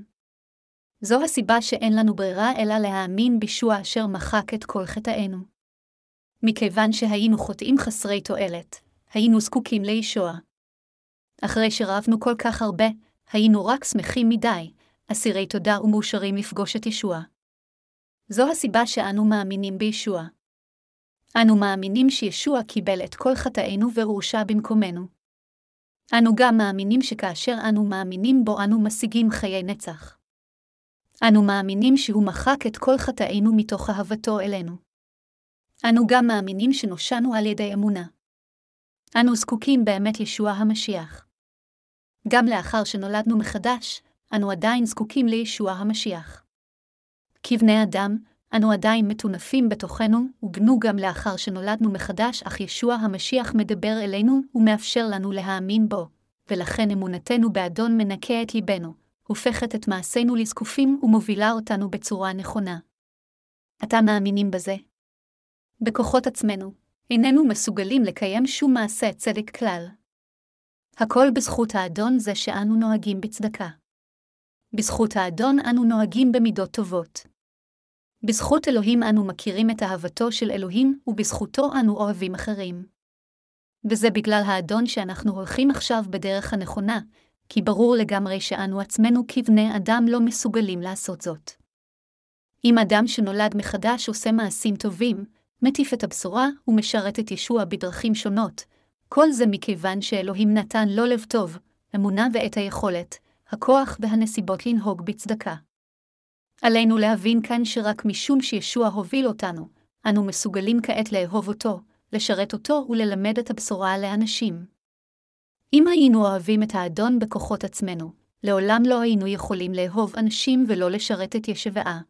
זו הסיבה שאין לנו ברירה אלא להאמין בישוע אשר מחק את כל חטאינו. מכיוון שהיינו חוטאים חסרי תועלת, היינו זקוקים לישוע. אחרי שרבנו כל כך הרבה, היינו רק שמחים מדי, אסירי תודה ומאושרים לפגוש את ישוע. זו הסיבה שאנו מאמינים בישוע. אנו מאמינים שישוע קיבל את כל חטאינו והורשע במקומנו. אנו גם מאמינים שכאשר אנו מאמינים בו אנו משיגים חיי נצח. אנו מאמינים שהוא מחק את כל חטאינו מתוך אהבתו אלינו. אנו גם מאמינים שנושענו על ידי אמונה. אנו זקוקים באמת לישוע המשיח. גם לאחר שנולדנו מחדש, אנו עדיין זקוקים לישוע המשיח. כבני אדם, אנו עדיין מטונפים בתוכנו, ובנו גם לאחר שנולדנו מחדש, אך ישוע המשיח מדבר אלינו ומאפשר לנו להאמין בו, ולכן אמונתנו באדון מנקה את ליבנו, הופכת את מעשינו לזקופים ומובילה אותנו בצורה נכונה. אתה מאמינים בזה? בכוחות עצמנו, איננו מסוגלים לקיים שום מעשה צדק כלל. הכל בזכות האדון זה שאנו נוהגים בצדקה. בזכות האדון אנו נוהגים במידות טובות. בזכות אלוהים אנו מכירים את אהבתו של אלוהים, ובזכותו אנו אוהבים אחרים. וזה בגלל האדון שאנחנו הולכים עכשיו בדרך הנכונה, כי ברור לגמרי שאנו עצמנו כבני אדם לא מסוגלים לעשות זאת. אם אדם שנולד מחדש עושה מעשים טובים, מטיף את הבשורה ומשרת את ישוע בדרכים שונות, כל זה מכיוון שאלוהים נתן לו לב טוב, אמונה ואת היכולת, הכוח והנסיבות לנהוג בצדקה. עלינו להבין כאן שרק משום שישוע הוביל אותנו, אנו מסוגלים כעת לאהוב אותו, לשרת אותו וללמד את הבשורה לאנשים. אם היינו אוהבים את האדון בכוחות עצמנו, לעולם לא היינו יכולים לאהוב אנשים ולא לשרת את ישוע.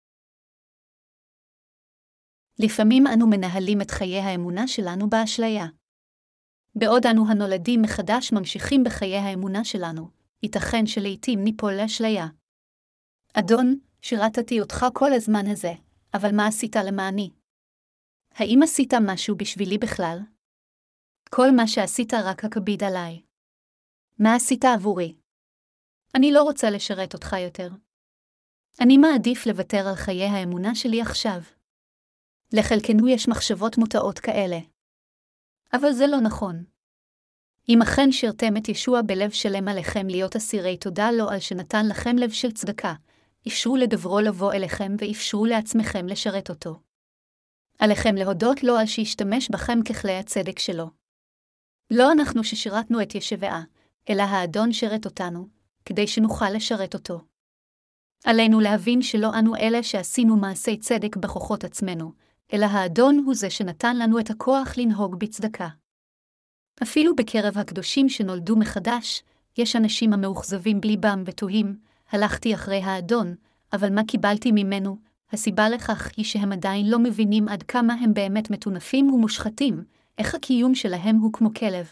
לפעמים אנו מנהלים את חיי האמונה שלנו באשליה. בעוד אנו הנולדים מחדש ממשיכים בחיי האמונה שלנו, ייתכן שלעיתים ניפול לאשליה. אדון, שירתתי אותך כל הזמן הזה, אבל מה עשית למעני? האם עשית משהו בשבילי בכלל? כל מה שעשית רק הכביד עליי. מה עשית עבורי? אני לא רוצה לשרת אותך יותר. אני מעדיף לוותר על חיי האמונה שלי עכשיו. לחלקנו יש מחשבות מוטעות כאלה. אבל זה לא נכון. אם אכן שירתם את ישוע בלב שלם עליכם להיות אסירי תודה לו על שנתן לכם לב של צדקה, אפשרו לדברו לבוא אליכם ואפשרו לעצמכם לשרת אותו. עליכם להודות לו על שהשתמש בכם ככלי הצדק שלו. לא אנחנו ששירתנו את ישוע, אלא האדון שירת אותנו, כדי שנוכל לשרת אותו. עלינו להבין שלא אנו אלה שעשינו מעשי צדק בכוחות עצמנו, אלא האדון הוא זה שנתן לנו את הכוח לנהוג בצדקה. אפילו בקרב הקדושים שנולדו מחדש, יש אנשים המאוכזבים בליבם ותוהים, הלכתי אחרי האדון, אבל מה קיבלתי ממנו? הסיבה לכך היא שהם עדיין לא מבינים עד כמה הם באמת מטונפים ומושחתים, איך הקיום שלהם הוא כמו כלב.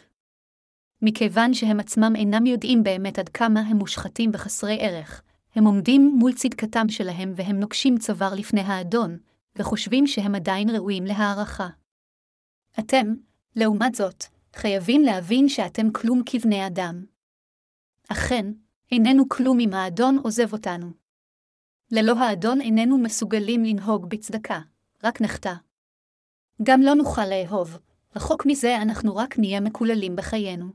מכיוון שהם עצמם אינם יודעים באמת עד כמה הם מושחתים וחסרי ערך, הם עומדים מול צדקתם שלהם והם נוקשים צוואר לפני האדון, וחושבים שהם עדיין ראויים להערכה. אתם, לעומת זאת, חייבים להבין שאתם כלום כבני אדם. אכן, איננו כלום אם האדון עוזב אותנו. ללא האדון איננו מסוגלים לנהוג בצדקה, רק נחטא. גם לא נוכל לאהוב, רחוק מזה אנחנו רק נהיה מקוללים בחיינו.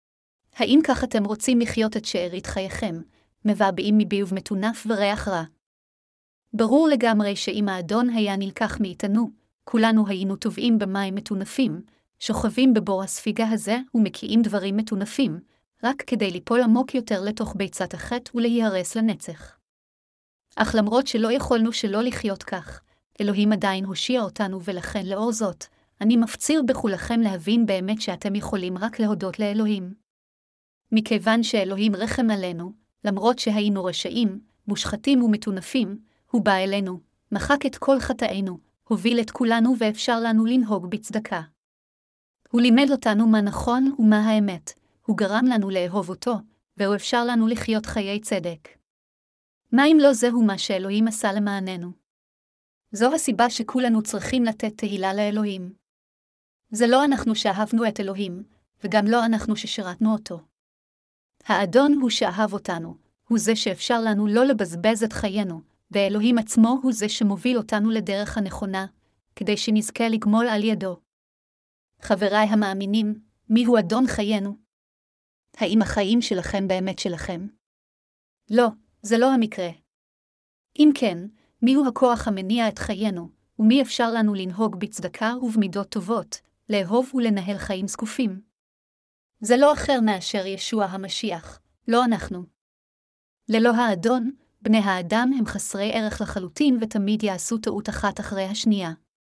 האם כך אתם רוצים לחיות את שארית חייכם, מבעבעים מביוב מטונף וריח רע? ברור לגמרי שאם האדון היה נלקח מאיתנו, כולנו היינו טובעים במים מטונפים, שוכבים בבור הספיגה הזה ומקיאים דברים מטונפים, רק כדי ליפול עמוק יותר לתוך ביצת החטא ולהיהרס לנצח. אך למרות שלא יכולנו שלא לחיות כך, אלוהים עדיין הושיע אותנו, ולכן לאור זאת, אני מפציר בכולכם להבין באמת שאתם יכולים רק להודות לאלוהים. מכיוון שאלוהים רחם עלינו, למרות שהיינו רשעים, מושחתים ומטונפים, הוא בא אלינו, מחק את כל חטאינו, הוביל את כולנו ואפשר לנו לנהוג בצדקה. הוא לימד אותנו מה נכון ומה האמת, הוא גרם לנו לאהוב אותו, והוא אפשר לנו לחיות חיי צדק. מה אם לא זהו מה שאלוהים עשה למעננו? זו הסיבה שכולנו צריכים לתת תהילה לאלוהים. זה לא אנחנו שאהבנו את אלוהים, וגם לא אנחנו ששירתנו אותו. האדון הוא שאהב אותנו, הוא זה שאפשר לנו לא לבזבז את חיינו, ואלוהים עצמו הוא זה שמוביל אותנו לדרך הנכונה, כדי שנזכה לגמול על ידו. חבריי המאמינים, מיהו אדון חיינו? האם החיים שלכם באמת שלכם? לא, זה לא המקרה. אם כן, מיהו הכוח המניע את חיינו, ומי אפשר לנו לנהוג בצדקה ובמידות טובות, לאהוב ולנהל חיים זקופים? זה לא אחר מאשר ישוע המשיח, לא אנחנו. ללא האדון, בני האדם הם חסרי ערך לחלוטין ותמיד יעשו טעות אחת אחרי השנייה.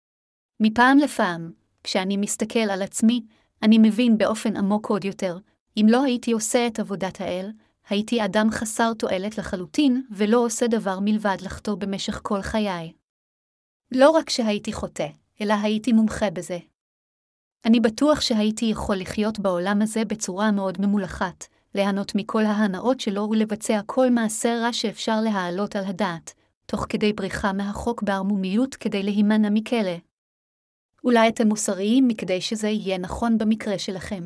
מפעם לפעם, כשאני מסתכל על עצמי, אני מבין באופן עמוק עוד יותר, אם לא הייתי עושה את עבודת האל, הייתי אדם חסר תועלת לחלוטין ולא עושה דבר מלבד לחטוא במשך כל חיי. לא רק שהייתי חוטא, אלא הייתי מומחה בזה. אני בטוח שהייתי יכול לחיות בעולם הזה בצורה מאוד ממולחת, ליהנות מכל ההנאות שלו ולבצע כל מעשה רע שאפשר להעלות על הדעת, תוך כדי בריחה מהחוק בערמומיות כדי להימנע מכלא. אולי אתם מוסריים מכדי שזה יהיה נכון במקרה שלכם.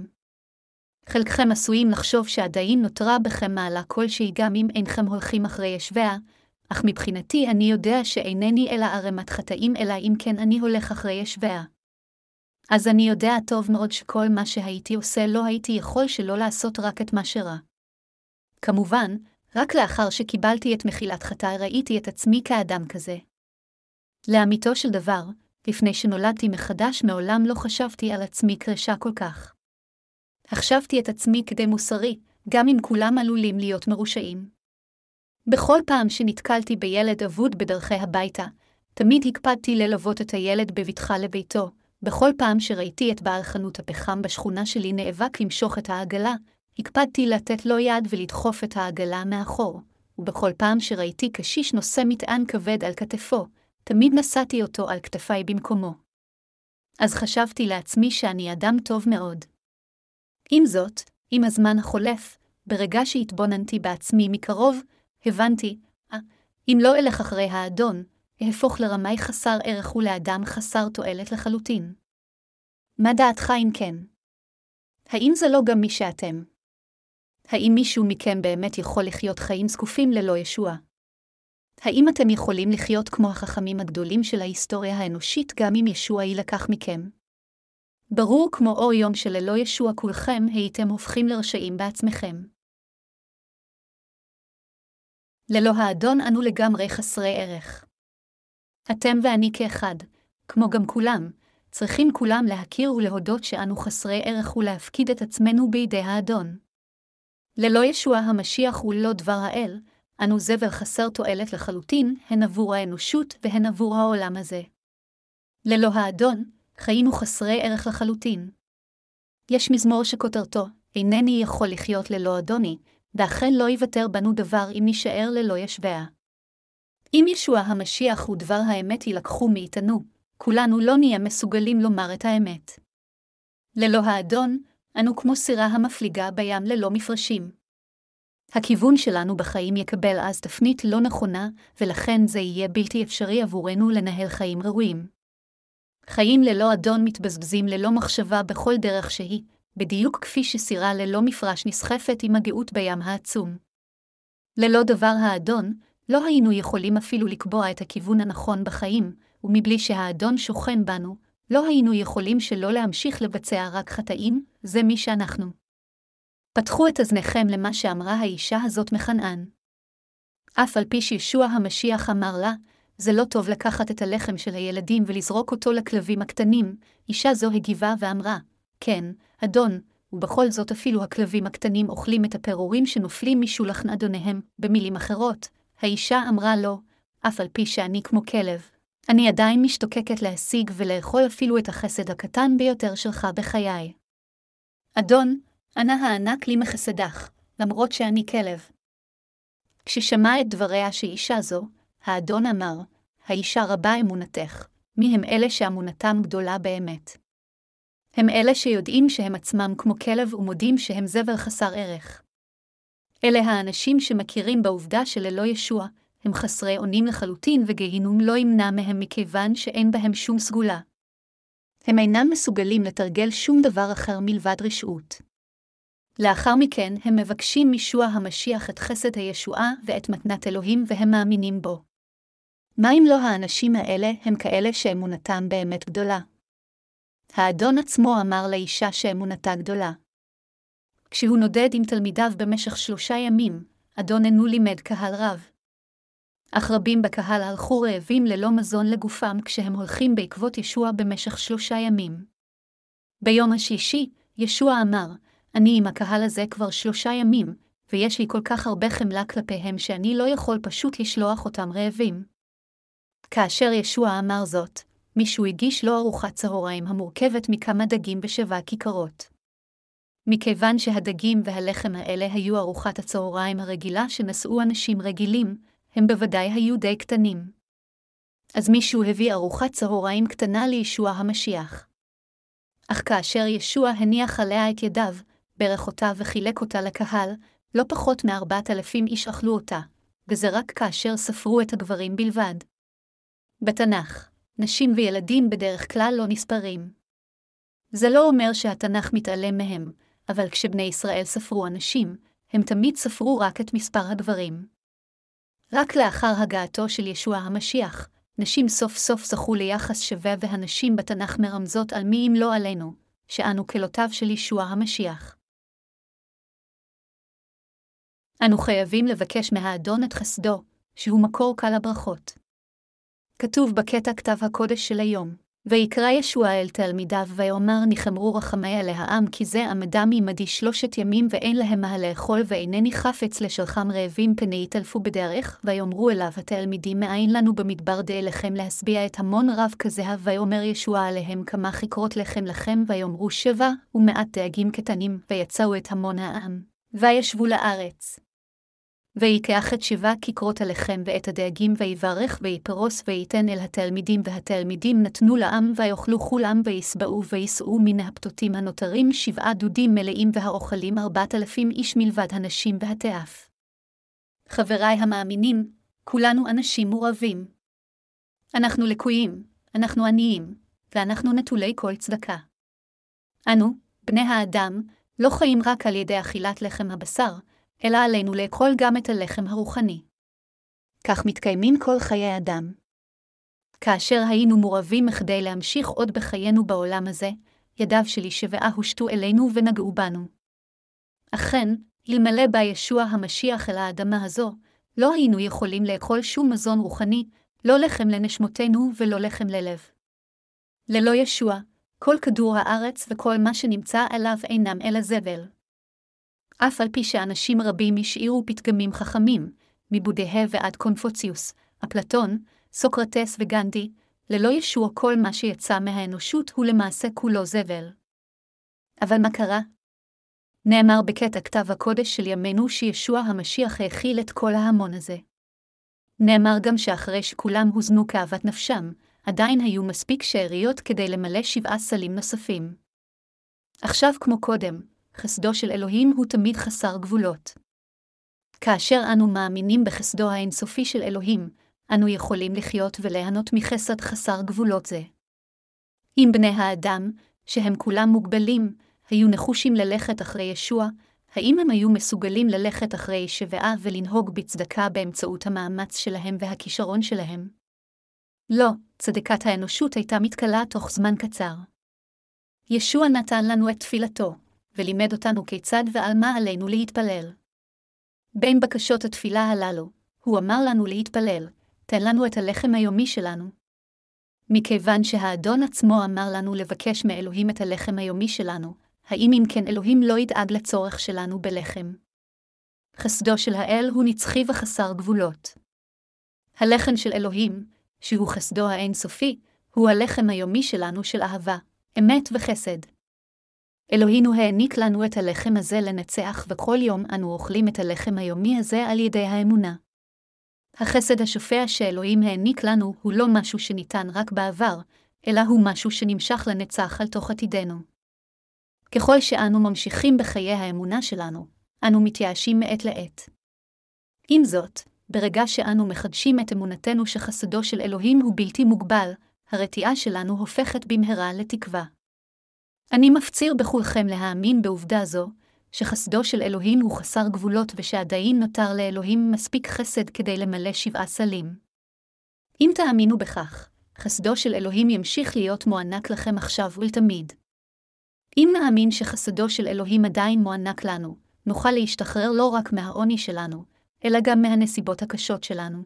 חלקכם עשויים לחשוב שעדיין נותרה בכם מעלה כלשהי גם אם אינכם הולכים אחרי ישביה, אך מבחינתי אני יודע שאינני אלא ערמת חטאים אלא אם כן אני הולך אחרי ישביה. אז אני יודע טוב מאוד שכל מה שהייתי עושה לא הייתי יכול שלא לעשות רק את מה שרע. כמובן, רק לאחר שקיבלתי את מחילת חטאי ראיתי את עצמי כאדם כזה. לאמיתו של דבר, לפני שנולדתי מחדש מעולם לא חשבתי על עצמי קרשה כל כך. החשבתי את עצמי כדי מוסרי, גם אם כולם עלולים להיות מרושעים. בכל פעם שנתקלתי בילד אבוד בדרכי הביתה, תמיד הקפדתי ללוות את הילד בבטחה לביתו. בכל פעם שראיתי את בעל חנות הפחם בשכונה שלי נאבק למשוך את העגלה, הקפדתי לתת לו יד ולדחוף את העגלה מאחור, ובכל פעם שראיתי קשיש נושא מטען כבד על כתפו, תמיד נשאתי אותו על כתפיי במקומו. אז חשבתי לעצמי שאני אדם טוב מאוד. עם זאת, עם הזמן החולף, ברגע שהתבוננתי בעצמי מקרוב, הבנתי, אם לא אלך אחרי האדון, אהפוך לרמאי חסר ערך ולאדם חסר תועלת לחלוטין. מה דעתך אם כן? האם זה לא גם מי שאתם? האם מישהו מכם באמת יכול לחיות חיים זקופים ללא ישוע? האם אתם יכולים לחיות כמו החכמים הגדולים של ההיסטוריה האנושית גם אם ישוע יילקח מכם? ברור כמו אור יום שללא ישוע כולכם הייתם הופכים לרשעים בעצמכם. ללא האדון אנו לגמרי חסרי ערך. אתם ואני כאחד, כמו גם כולם, צריכים כולם להכיר ולהודות שאנו חסרי ערך ולהפקיד את עצמנו בידי האדון. ללא ישוע המשיח וללא דבר האל, אנו זבל חסר תועלת לחלוטין, הן עבור האנושות והן עבור העולם הזה. ללא האדון, חיינו חסרי ערך לחלוטין. יש מזמור שכותרתו, אינני יכול לחיות ללא אדוני, ואכן לא יוותר בנו דבר אם נשאר ללא ישביה. אם ישוע המשיח ודבר האמת ילקחו מאיתנו, כולנו לא נהיה מסוגלים לומר את האמת. ללא האדון, אנו כמו סירה המפליגה בים ללא מפרשים. הכיוון שלנו בחיים יקבל אז תפנית לא נכונה, ולכן זה יהיה בלתי אפשרי עבורנו לנהל חיים ראויים. חיים ללא אדון מתבזבזים ללא מחשבה בכל דרך שהיא, בדיוק כפי שסירה ללא מפרש נסחפת עם הגאות בים העצום. ללא דבר האדון, לא היינו יכולים אפילו לקבוע את הכיוון הנכון בחיים, ומבלי שהאדון שוכן בנו, לא היינו יכולים שלא להמשיך לבצע רק חטאים, זה מי שאנחנו. פתחו את אזניכם למה שאמרה האישה הזאת מחנען. אף על פי שישוע המשיח אמר לה, זה לא טוב לקחת את הלחם של הילדים ולזרוק אותו לכלבים הקטנים. אישה זו הגיבה ואמרה, כן, אדון, ובכל זאת אפילו הכלבים הקטנים אוכלים את הפירורים שנופלים משולחן אדוניהם. במילים אחרות, האישה אמרה לו, אף על פי שאני כמו כלב, אני עדיין משתוקקת להשיג ולאכול אפילו את החסד הקטן ביותר שלך בחיי. אדון, אנא הענק לי מחסדך, למרות שאני כלב. כששמע את דבריה של אישה זו, האדון אמר, האישה רבה אמונתך, מי הם אלה שאמונתם גדולה באמת? הם אלה שיודעים שהם עצמם כמו כלב ומודים שהם זבל חסר ערך. אלה האנשים שמכירים בעובדה שללא ישוע, הם חסרי אונים לחלוטין וגיהינום לא ימנע מהם מכיוון שאין בהם שום סגולה. הם אינם מסוגלים לתרגל שום דבר אחר מלבד רשעות. לאחר מכן הם מבקשים מישוע המשיח את חסד הישועה ואת מתנת אלוהים והם מאמינים בו. מה אם לא האנשים האלה הם כאלה שאמונתם באמת גדולה? האדון עצמו אמר לאישה שאמונתה גדולה. כשהוא נודד עם תלמידיו במשך 3 ימים, אדוננו לימד קהל רב. אך רבים בקהל הלכו רעבים ללא מזון לגופם כשהם הולכים בעקבות ישוע במשך 3 ימים. ביום השישי, ישוע אמר, אני עם הקהל הזה כבר 3 ימים, ויש לי כל כך הרבה חמלה כלפיהם שאני לא יכול פשוט לשלוח אותם רעבים. כאשר ישוע אמר זאת, מישהו הגיש לו ארוחת צהריים המורכבת מכמה דגים ב7 כיכרות. מכיוון שהדגים והלחם האלה היו ארוחת הצהריים הרגילה שנשאו אנשים רגילים, הם בוודאי היו די קטנים. אז מישהו הביא ארוחת צהריים קטנה לישוע המשיח. אך כאשר ישוע הניח עליה את ידיו, ברך אותה וחילק אותה לקהל, לא פחות מ4,000 איש אכלו אותה, וזה רק כאשר ספרו את הגברים בלבד. בתנ"ך, נשים וילדים בדרך כלל לא נספרים. זה לא אומר שהתנ"ך מתעלם מהם, אבל כשבני ישראל ספרו אנשים, הם תמיד ספרו רק את מספר הגברים. רק לאחר הגעתו של ישוע המשיח, נשים סוף סוף זכו ליחס שווה והנשים בתנ"ך מרמזות על מי אם לא עלינו, שאנו כלותיו של ישוע המשיח. אנו חייבים לבקש מהאדון את חסדו, שהוא מקור כל הברכות. כתוב בקטע כתב הקודש של היום, ויקרא ישוע אל תלמידיו ויאמר נחמרו רחמי אל העם כי זה עמדם עמדי 3 ימים ואין להם מה לאכול ואינני חפץ לשלחם רעבים פני יטלפו בדרך ויאמרו אליו התלמידים מאין לנו במדבר די לכם להשביע את המון רב כזה ויאמר ישוע עליהם כמה כיכרות לחם לכם ויאמרו 7 ומעט דגים קטנים ויצאו את המון העם וישבו לארץ. ויקח את 7 כיכרות הלחם ואת הדגים ויברך ויפרוס ויתן אל התלמידים והתלמידים נתנו לעם ויאכלו כולם ויסבעו ויסעו מן הפתותים הנותרים 7 דודים מלאים והאוכלים 4,000 איש מלבד הנשים והטף. חבריי המאמינים, כולנו אנשים מורבים. אנחנו לקויים, אנחנו עניים, ואנחנו נטולי כל צדקה. אנו, בני האדם, לא חיים רק על ידי אכילת לחם הבשר, אלא עלינו לאכול גם את הלחם הרוחני. כך מתקיימים כל חיי אדם. כאשר היינו מורבים מכדי להמשיך עוד בחיינו בעולם הזה, ידיו של ישוע הושטו אלינו ונגעו בנו. אכן, אלמלא בא ישוע המשיח אל האדמה הזו, לא היינו יכולים לאכול שום מזון רוחני, לא לחם לנשמותינו ולא לחם ללב. ללא ישוע, כל כדור הארץ וכל מה שנמצא עליו אינם אלא זבל. אף על פי שאנשים רבים השאירו פתגמים חכמים, מבודהה ועד קונפוציוס, אפלטון, סוקרטס וגנדי, ללא ישוע כל מה שיצא מהאנושות הוא למעשה כולו זבל. אבל מה קרה? נאמר בקטע כתב הקודש של ימינו שישוע המשיח האכיל את כל ההמון הזה. נאמר גם שאחרי שכולם הוזנו כאוות נפשם, עדיין היו מספיק שאריות כדי למלא 7 סלים נוספים. עכשיו כמו קודם, חסדו של אלוהים הוא תמיד חסר גבולות. כאשר אנו מאמינים בחסדו האינסופי של אלוהים, אנו יכולים לחיות וליהנות מחסד חסר גבולות זה. אם בני האדם, שהם כולם מוגבלים, היו נחושים ללכת אחרי ישוע, האם הם היו מסוגלים ללכת אחרי ישוע ולנהוג בצדקה באמצעות המאמץ שלהם והכישרון שלהם? לא, צדקת האנושות הייתה מתקלה תוך זמן קצר. ישוע נתן לנו את תפילתו, ולימד אותנו כיצד ועל מה עלינו להתפלל. בין בקשות התפילה הללו, הוא אמר לנו להתפלל, תן לנו את הלחם היומי שלנו. מכיוון שהאדון עצמו אמר לנו לבקש מאלוהים את הלחם היומי שלנו, האם אם כן אלוהים לא ידאג לצורך שלנו בלחם? חסדו של האל הוא נצחי וחסר גבולות. הלחם של אלוהים, שהוא חסדו האינסופי, הוא הלחם היומי שלנו של אהבה, אמת וחסד. אלוהינו העניק לנו את הלחם הזה לנצח, וכל יום אנו אוכלים את הלחם היומי הזה על ידי האמונה. החסד השופע שאלוהים העניק לנו הוא לא משהו שניתן רק בעבר, אלא הוא משהו שנמשך לנצח על תוך עתידנו. ככל שאנו ממשיכים בחיי האמונה שלנו, אנו מתייאשים מעת לעת. עם זאת, ברגע שאנו מחדשים את אמונתנו שחסדו של אלוהים הוא בלתי מוגבל, הרתיעה שלנו הופכת במהרה לתקווה. אני מפציר בכולכם להאמין בעובדה זו, שחסדו של אלוהים הוא חסר גבולות ושעדיין נותר לאלוהים מספיק חסד כדי למלא 7 סלים. אם תאמינו בכך, חסדו של אלוהים ימשיך להיות מוענק לכם עכשיו ולתמיד. אם נאמין שחסדו של אלוהים עדיין מוענק לנו, נוכל להשתחרר לא רק מהעוני שלנו, אלא גם מהנסיבות הקשות שלנו.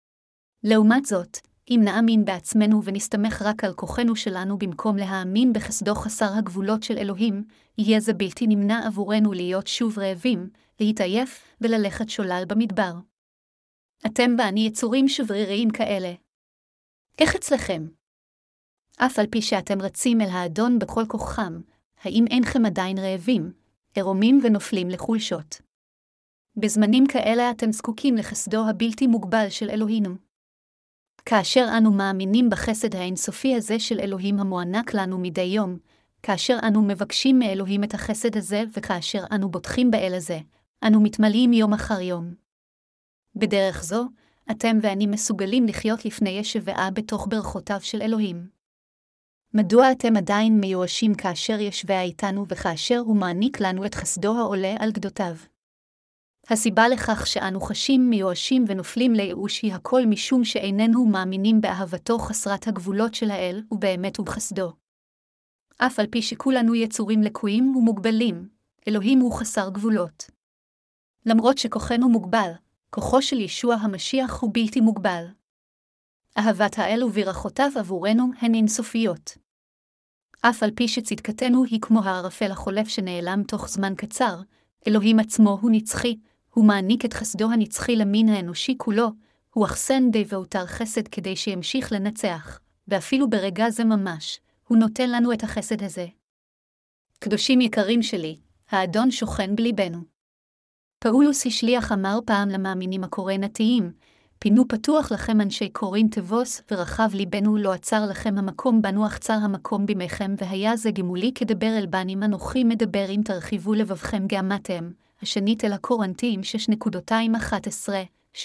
לעומת זאת, אם נאמין בעצמנו ונסתמך רק על כוחנו שלנו במקום להאמין בחסדו חסר הגבולות של אלוהים, יהיה זה בלתי נמנע עבורנו להיות שוב רעבים, להתעייף וללכת שולל במדבר. אתם ואני יצורים שבריריים כאלה. איך אצלכם? אף על פי שאתם רצים אל האדון בכל כוחכם, האם אינכם עדיין רעבים, ערומים ונופלים לחולשות? בזמנים כאלה אתם זקוקים לחסדו הבלתי מוגבל של אלוהינו. כאשר אנו מאמינים בחסד האינסופי הזה של אלוהים המוענק לנו מדי יום, כאשר אנו מבקשים מאלוהים את החסד הזה וכאשר אנו בוטחים באל הזה, אנו מתמלאים יום אחר יום. בדרך זו, אתם ואני מסוגלים לחיות לפני ישבעה בתוך ברכותיו של אלוהים. מדוע אתם עדיין מיואשים כאשר ישבע איתנו וכאשר הוא מעניק לנו את חסדו העולה על גדותיו? הסיבה לכך שאנו חשים מיואשים ונופלים לייאוש היא הכל משום שאיננו מאמינים באהבתו חסרת הגבולות של האל ובאמת ובחסדו. אף על פי שכולנו יצורים לקויים ומוגבלים, אלוהים הוא חסר גבולות. למרות שכוחנו מוגבל, כוחו של ישוע המשיח הוא בלתי מוגבל. אהבת האל וברכותיו עבורנו הן אינסופיות. אף על פי שצדקתנו היא כמו הערפל החולף שנעלם תוך זמן קצר, אלוהים עצמו הוא נצחי, הוא מעניק את חסדו הנצחי למין האנושי כולו, הוא אחסן די ואותר חסד כדי שימשיך לנצח, ואפילו ברגע זה ממש, הוא נותן לנו את החסד הזה. קדושים יקרים שלי, האדון שוכן בליבנו. פאולוס השליח אמר פעם למאמינים הקורינתיים, פינו פתוח לכם אנשי קורינתוס, ורחב ליבנו לא עצר לכם המקום בנו אך צר המקום בימיכם, והיה זה גמולי כדבר אל בנים אנוכי מדבר אם תרחיבו לבבכם גאמתם. השנית אל הקורינתיים 6.11-13.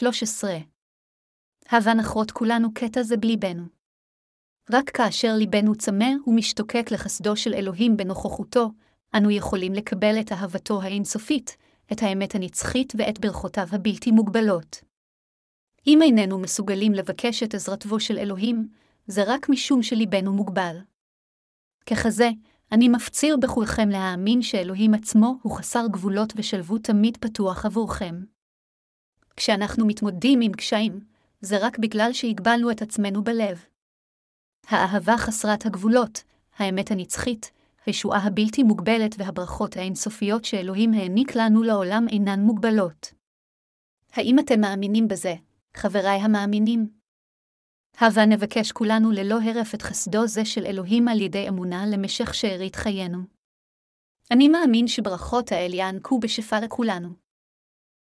הבה נחרות כולנו קטע זה בליבנו. רק כאשר ליבנו צמא ומשתוקק לחסדו של אלוהים בנוכחותו, אנו יכולים לקבל את אהבתו האינסופית, את האמת הנצחית ואת ברכותיו הבלתי מוגבלות. אם איננו מסוגלים לבקש את עזרתו של אלוהים, זה רק משום שליבנו מוגבל. ככזה, אני מפציר בכולכם להאמין שאלוהים עצמו הוא חסר גבולות ושלוות תמיד פתוח עבורכם. כשאנחנו מתמודדים עם קשיים, זה רק בגלל שהגבלנו את עצמנו בלב. האהבה חסרת הגבולות, האמת הנצחית, הישועה הבלתי מוגבלת והברכות האינסופיות שאלוהים העניק לנו לעולם אינן מוגבלות. האם אתם מאמינים בזה, חבריי המאמינים? הבה נבקש כולנו ללא הרף את חסדו זה של אלוהים על ידי אמונה למשך שארית חיינו. אני מאמין שברכות האל יענקו בשפע לכולנו.